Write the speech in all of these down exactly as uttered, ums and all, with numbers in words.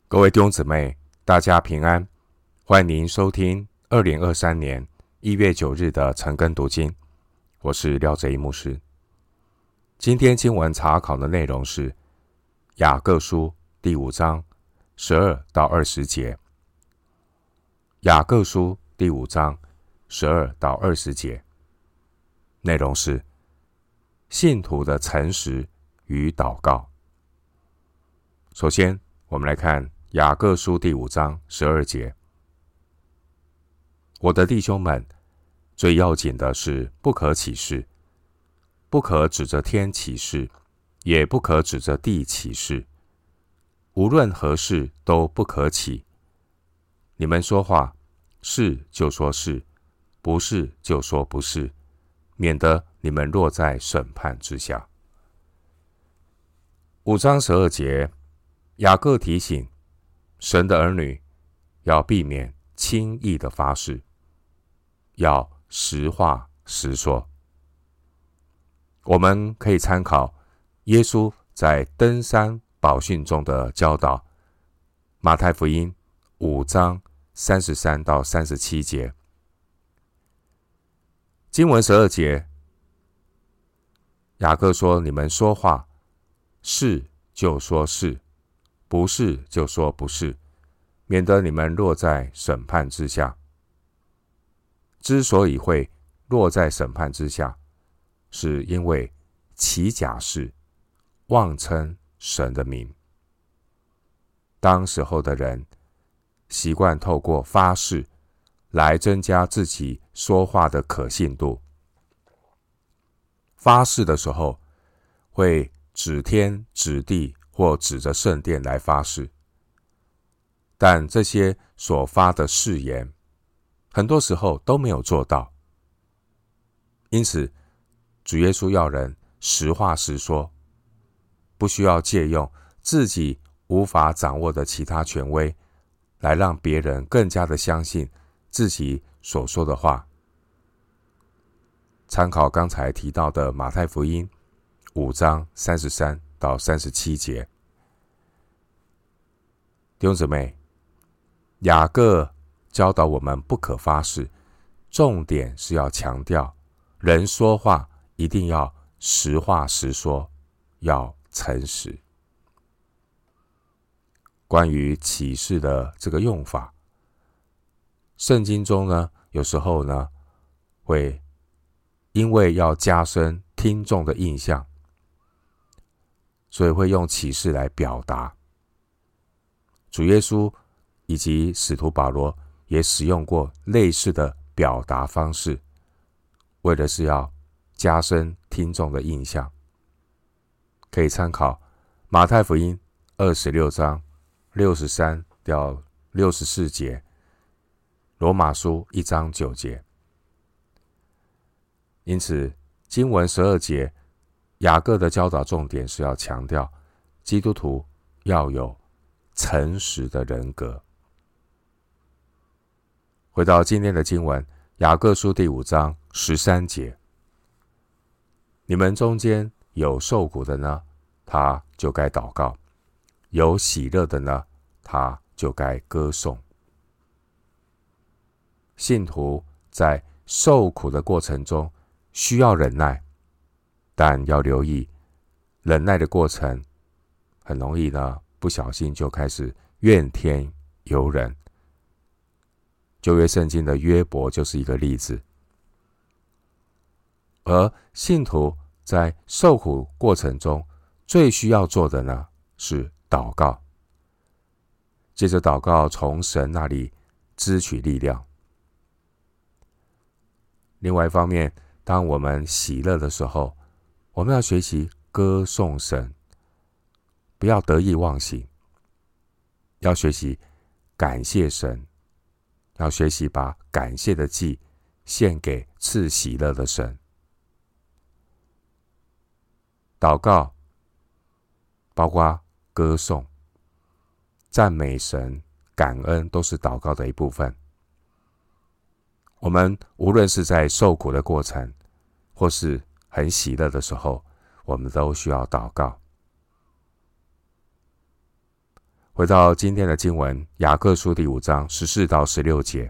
各位弟兄姊妹，大家平安，欢迎您收听二零二三年一月九日的晨更读经。我是廖哲一牧师。今天经文查考的内容是雅各书第五章十二到二十节。雅各书第五章十二到二十节，内容是信徒的诚实与祷告。首先，我们来看雅各书第五章十二节。我的弟兄们，最要紧的是不可起誓，不可指着天起誓，也不可指着地起誓，无论何事都不可起。你们说话，是就说是，不是就说不是，免得你们落在审判之下。五章十二节，雅各提醒神的儿女要避免轻易的发誓，要实话实说。我们可以参考耶稣在登山宝训中的教导，马太福音五章三十三到三十七节。经文十二节，雅各说：你们说话，是就说是，不是就说不是，免得你们落在审判之下。之所以会落在审判之下，是因为起假誓，妄称神的名。当时候的人习惯透过发誓来增加自己说话的可信度。发誓的时候，会指天指地或指着圣殿来发誓，但这些所发的誓言，很多时候都没有做到。因此，主耶稣要人实话实说，不需要借用自己无法掌握的其他权威，来让别人更加的相信自己所说的话。参考刚才提到的马太福音五章三十三到三十七节。弟兄姊妹，雅各教导我们不可发誓，重点是要强调人说话一定要实话实说，要诚实。关于起誓的这个用法，圣经中呢，有时候呢，会因为要加深听众的印象，所以会用起誓来表达。主耶稣以及使徒保罗也使用过类似的表达方式，为的是要加深听众的印象。可以参考马太福音二十六章六十三到六十四节，罗马书一章九节。因此，经文十二节，雅各的教导重点是要强调基督徒要有诚实的人格。回到今天的经文，雅各书第五章十三节，你们中间有受苦的呢，他就该祷告；有喜乐的呢，他就该歌颂。信徒在受苦的过程中需要忍耐，但要留意，忍耐的过程很容易呢，不小心就开始怨天尤人。旧约圣经的约伯就是一个例子。而信徒在受苦过程中最需要做的呢，是祷告。借着祷告从神那里支取力量。另外一方面，当我们喜乐的时候，我们要学习歌颂神，不要得意忘形，要学习感谢神，要学习把感谢的祭献给赐喜乐的神。祷告包括歌颂、赞美神、感恩，都是祷告的一部分。我们无论是在受苦的过程，或是很喜乐的时候，我们都需要祷告。 回到今天的经文，雅各书第五章十四到十六节，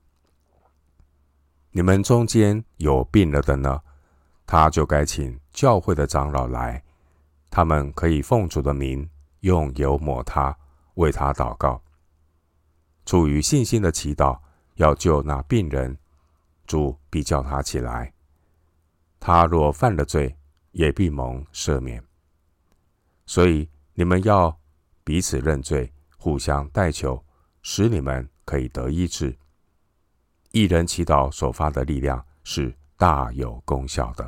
你们中间有病了的呢，他就该请教会的长老来，他们可以奉主的名用油抹他，为他祷告。出于信心的祈祷，要救那病人，主必叫他起来。他若犯了罪，也必蒙赦免。所以你们要彼此认罪，互相代求，使你们可以得医治。一人祈祷所发的力量是大有功效的。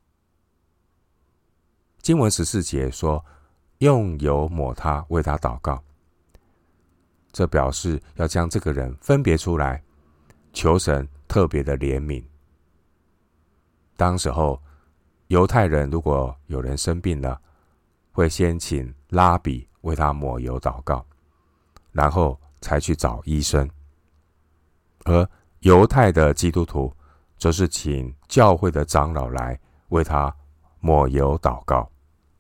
经文十四节说，用油抹他，为他祷告。这表示要将这个人分别出来，求神特别的怜悯。当时候，犹太人如果有人生病了，会先请拉比为他抹油祷告，然后才去找医生。而犹太的基督徒则是请教会的长老来为他抹油祷告。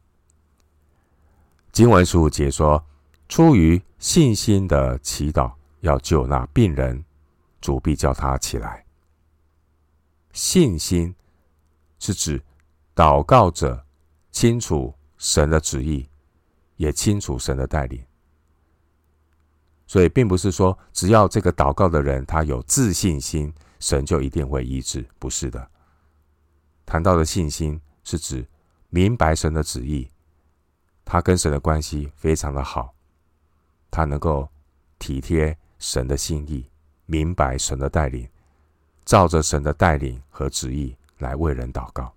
经文十五节说，出于信心的祈祷，要救那病人，主必叫他起来。信心是指祷告者清楚神的旨意，也清楚神的带领。所以并不是说只要这个祷告的人他有自信心，神就一定会医治，不是的。谈到的信心是指明白神的旨意，他跟神的关系非常的好，他能够体贴神的心意，明白神的带领，照着神的带领和旨意来为人祷告。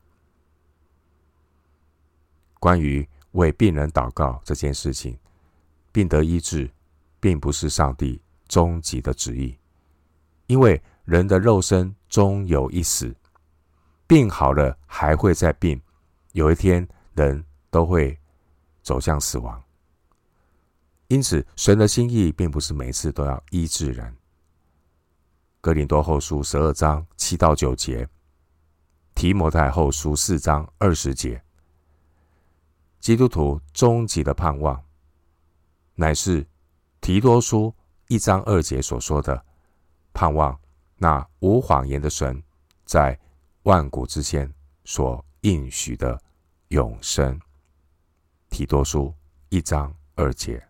关于为病人祷告这件事情，病得医治并不是上帝终极的旨意，因为人的肉身终有一死，病好了还会再病，有一天人都会走向死亡。因此神的心意并不是每次都要医治人。哥林多后书十二章七到九节，提摩太后书四章二十节，基督徒终极的盼望乃是提多书一章二节所说的，盼望那无谎言的神在万古之前所应许的永生。提多书一章二节。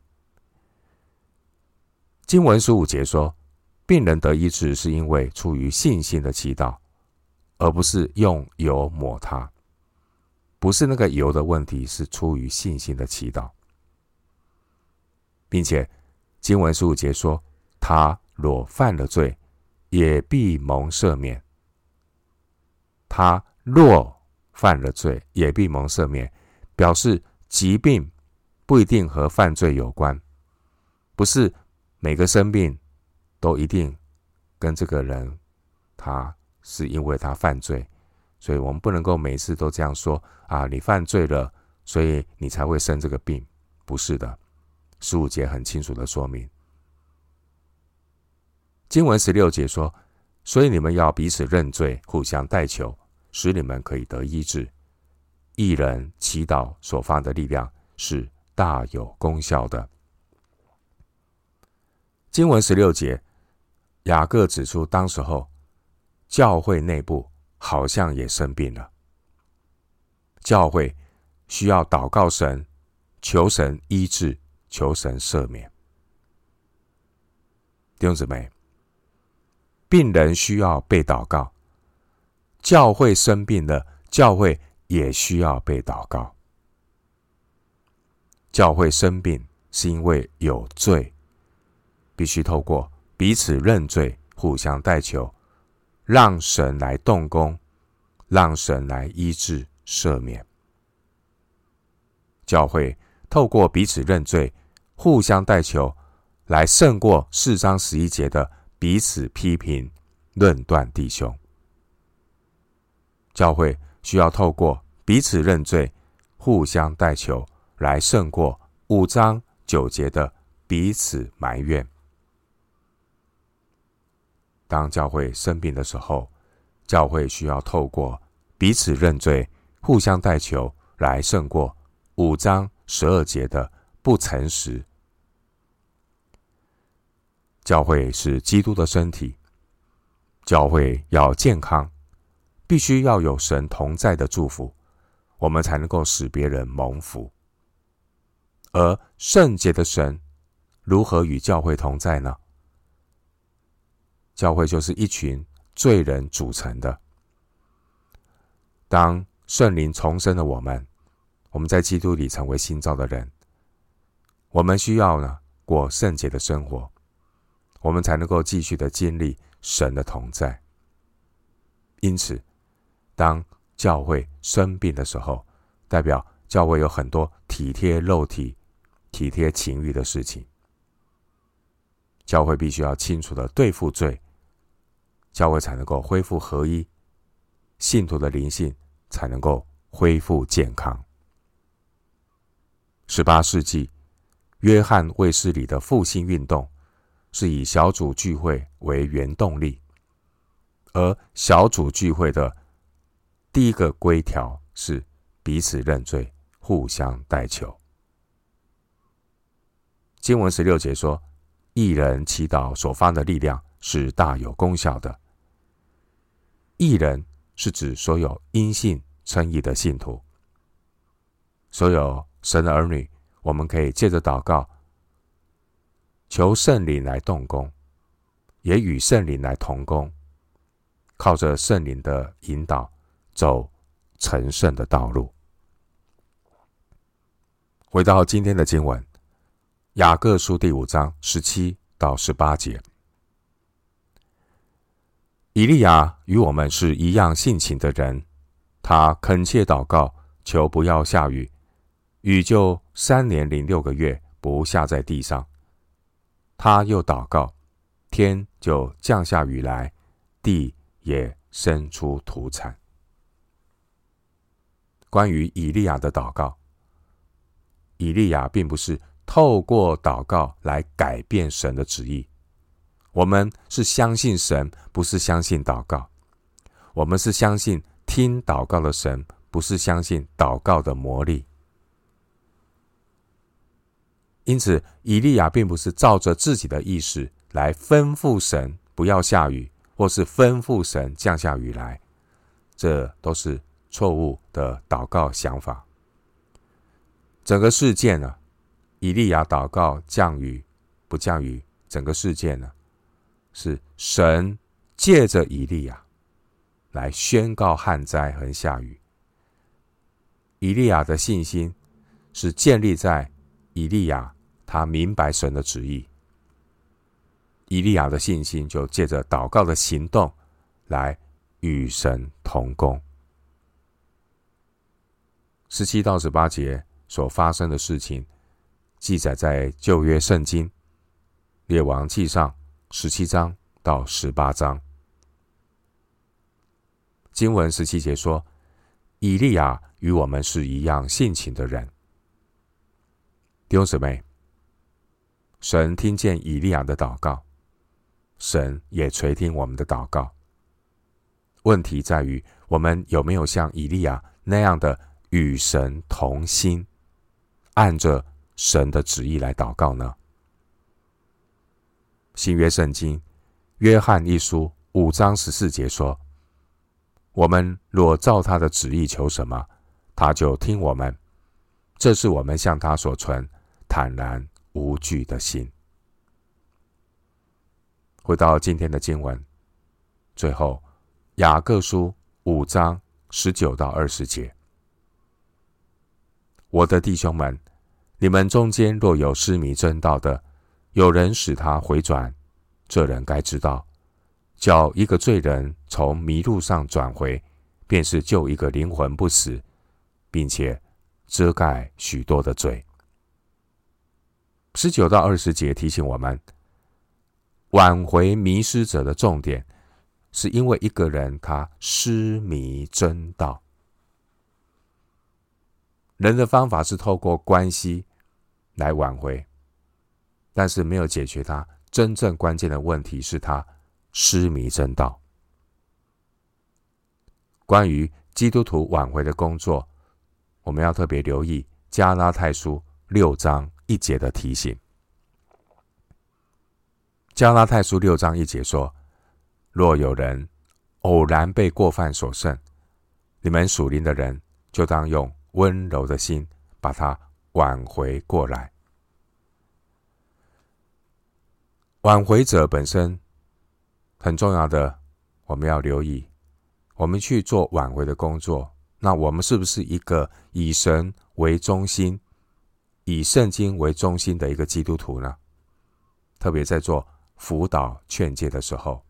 经文十五节说，病人得医治是因为出于信心的祈祷，而不是用油抹他。不是那个油的问题，是出于信心的祈祷。并且经文十五节说，他若犯了罪，也必蒙赦免。他若犯了罪，也必蒙赦免，表示疾病不一定和犯罪有关，不是每个生病都一定跟这个人他是因为他犯罪，所以我们不能够每次都这样说啊，你犯罪了，所以你才会生这个病，不是的。十五节很清楚的说明。经文十六节说，所以你们要彼此认罪，互相代求，使你们可以得医治。一人祈祷所发的力量是大有功效的。经文十六节，雅各指出当时候教会内部好像也生病了，教会需要祷告神，求神医治，求神赦免。弟兄姊妹，病人需要被祷告，教会生病了，教会也需要被祷告。教会生病是因为有罪，必须透过彼此认罪，互相代求，让神来动工，让神来医治赦免。教会透过彼此认罪，互相代求，来胜过四章十一节的彼此批评、论断弟兄。教会需要透过彼此认罪、互相代求，来胜过五章九节的彼此埋怨。当教会生病的时候，教会需要透过彼此认罪、互相代求，来胜过五章十二节的不诚实。 教会是基督的身体，教会要健康，必须要有神同在的祝福，我们才能够使别人蒙福。而圣洁的神如何与教会同在呢？教会就是一群罪人组成的。当圣灵重生了我们，我们在基督里成为新造的人，我们需要呢过圣洁的生活，我们才能够继续的经历神的同在。因此，当教会生病的时候，代表教会有很多体贴肉体、体贴情欲的事情。教会必须要清楚的对付罪，教会才能够恢复合一，信徒的灵性才能够恢复健康。十八世纪，约翰卫斯理的复兴运动是以小组聚会为原动力，而小组聚会的第一个规条是彼此认罪，互相代求。经文十六节说，义人祈祷所发的力量是大有功效的。义人是指所有因信称义的信徒，所有神的儿女，我们可以借着祷告，求圣灵来动工，也与圣灵来同工，靠着圣灵的引导，走成圣的道路。回到今天的经文，雅各书第五章十七到十八节。以利亚与我们是一样性情的人，他恳切祷告，求不要下雨，雨就三年零六个月不下在地上。他又祷告，天就降下雨来，地也生出土产。关于以利亚的祷告，以利亚并不是透过祷告来改变神的旨意。我们是相信神，不是相信祷告。我们是相信听祷告的神，不是相信祷告的魔力。因此，以利亚并不是照着自己的意识来吩咐神不要下雨，或是吩咐神降下雨来，这都是错误的祷告想法。整个事件呢，以利亚祷告降雨不降雨，整个事件呢，是神借着以利亚来宣告旱灾和下雨。以利亚的信心是建立在以利亚他明白神的旨意，以利亚的信心就借着祷告的行动来与神同工。十七到十八节所发生的事情，记载在旧约圣经列王记上十七章到十八章。经文十七节说，以利亚与我们是一样性情的人。弟兄姊妹，神听见以利亚的祷告，神也垂听我们的祷告。问题在于，我们有没有像以利亚那样的与神同心，按着神的旨意来祷告呢？新约圣经约翰一书五章十四节说，我们若照他的旨意求什么，他就听我们，这是我们向他所存坦然无惧的心。回到今天的经文，最后雅各书五章十九到二十节。我的弟兄们，你们中间若有失迷真道的，有人使他回转，这人该知道，叫一个罪人从迷路上转回，便是救一个灵魂不死，并且遮盖许多的罪。十九到二十节提醒我们，挽回迷失者的重点，是因为一个人他失迷真道。人的方法是透过关系来挽回，但是没有解决他真正关键的问题，是他失迷真道。关于基督徒挽回的工作，我们要特别留意加拉太书六章一节的提醒。 加拉太书六章一节说：若有人偶然被过犯所胜，你们属灵的人就当用温柔的心把他挽回过来。挽回者本身很重要的，我们要留意，我们去做挽回的工作，那我们是不是一个以神为中心、以圣经为中心的一个基督徒呢？特别在做辅导劝诫的时候，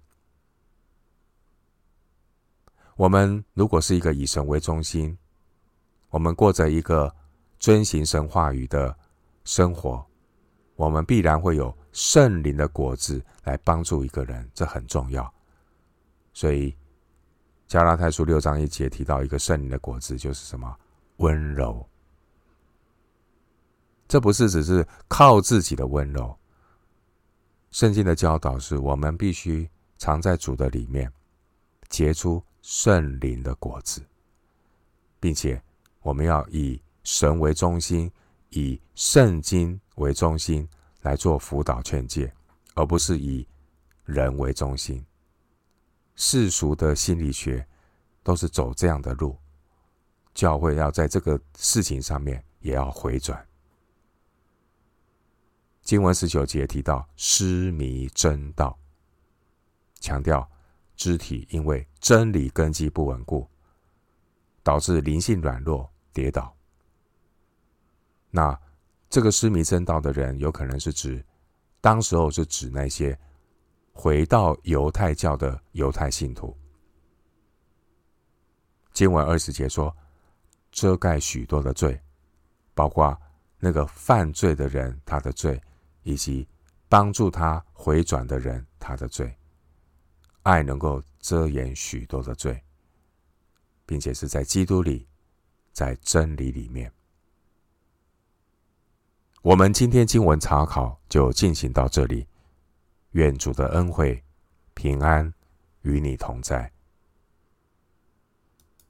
我们如果是一个以神为中心，我们过着一个遵行神话语的生活，我们必然会有圣灵的果子来帮助一个人，这很重要。所以加拉太书六章一节提到一个圣灵的果子，就是什么？温柔。这不是只是靠自己的温柔，圣经的教导是我们必须藏在主的里面，结出圣灵的果子，并且我们要以神为中心，以圣经为中心来做辅导劝诫，而不是以人为中心。世俗的心理学都是走这样的路，教会要在这个事情上面也要回转。经文十九节提到失迷真道，强调肢体因为真理根基不稳固，导致灵性软弱跌倒。那这个失迷真道的人，有可能是指当时候是指那些回到犹太教的犹太信徒。经文二十节说，遮盖许多的罪，包括那个犯罪的人他的罪，以及帮助他回转的人他的罪。爱能够遮掩许多的罪，并且是在基督里，在真理里面。我们今天经文查考就进行到这里，愿主的恩惠平安与你同在。